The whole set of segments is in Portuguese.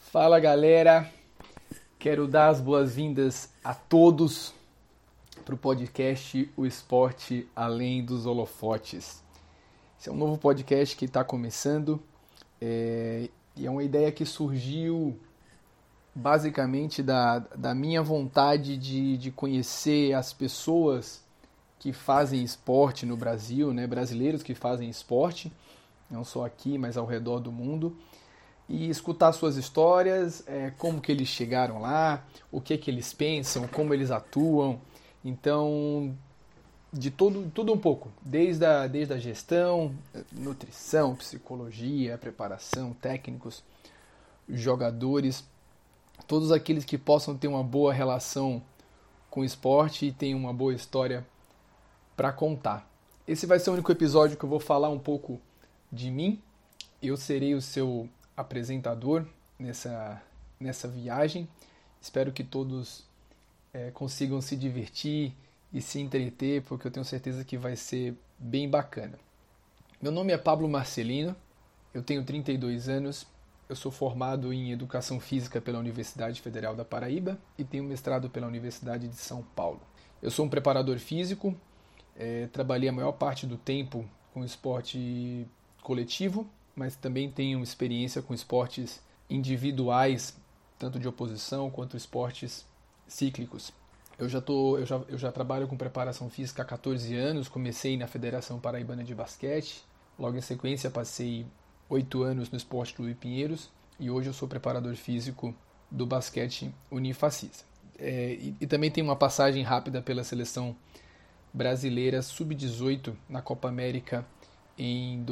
Fala galera, quero dar as boas-vindas a todos para o podcast O Esporte Além dos Holofotes. Esse é um novo podcast que está começando e é uma ideia que surgiu basicamente da minha vontade de conhecer as pessoas que fazem esporte no Brasil, né? Brasileiros que fazem esporte, não só aqui, mas ao redor do mundo. E escutar suas histórias, como que eles chegaram lá, o que eles pensam, como eles atuam. Então, de tudo um pouco, desde a gestão, nutrição, psicologia, preparação, técnicos, jogadores, todos aqueles que possam ter uma boa relação com o esporte e tenham uma boa história para contar. Esse vai ser o único episódio que eu vou falar um pouco de mim. Eu serei o seu apresentador nessa viagem. Espero que todos consigam se divertir e se entreter, porque eu tenho certeza que vai ser bem bacana. Meu nome é Pablo Marcelino, eu tenho 32 anos, eu sou formado em Educação Física pela Universidade Federal da Paraíba e tenho mestrado pela Universidade de São Paulo. Eu sou um preparador físico, trabalhei a maior parte do tempo com esporte coletivo, mas também tenho experiência com esportes individuais, tanto de oposição quanto esportes cíclicos. Eu já trabalho com preparação física há 14 anos, comecei na Federação Paraibana de Basquete, logo em sequência passei 8 anos no Esporte Clube Pinheiros e hoje eu sou preparador físico do basquete Unifacisa. E também tenho uma passagem rápida pela seleção brasileira Sub-18 na Copa América em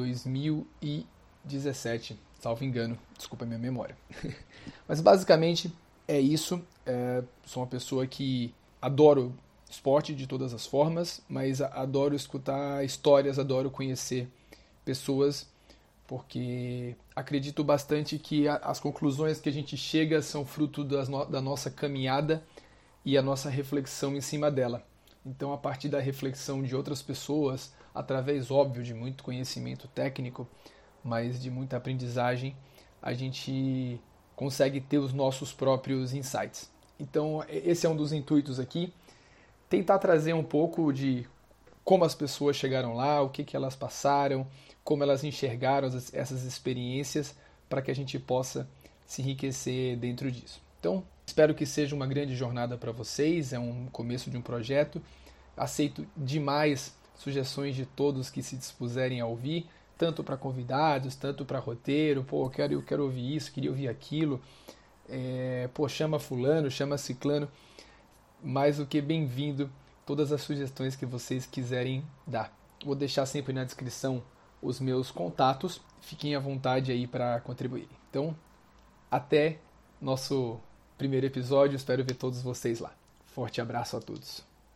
2017, salvo engano, desculpa a minha memória. Mas basicamente é isso, sou uma pessoa que adoro esporte de todas as formas, mas adoro escutar histórias, adoro conhecer pessoas, porque acredito bastante que as conclusões que a gente chega são fruto da nossa caminhada e a nossa reflexão em cima dela. Então, a partir da reflexão de outras pessoas, através, óbvio, de muito conhecimento técnico, mas de muita aprendizagem, a gente consegue ter os nossos próprios insights. Então, esse é um dos intuitos aqui, tentar trazer um pouco de como as pessoas chegaram lá, o que elas passaram, como elas enxergaram essas experiências, para que a gente possa se enriquecer dentro disso. Então, espero que seja uma grande jornada para vocês, é um começo de um projeto. Aceito demais sugestões de todos que se dispuserem a ouvir, tanto para convidados, tanto para roteiro. Eu quero ouvir isso, queria ouvir aquilo. Chama fulano, chama ciclano. Mais do que bem-vindo todas as sugestões que vocês quiserem dar. Vou deixar sempre na descrição os meus contatos. Fiquem à vontade aí para contribuir. Então, até nosso primeiro episódio. Espero ver todos vocês lá. Forte abraço a todos.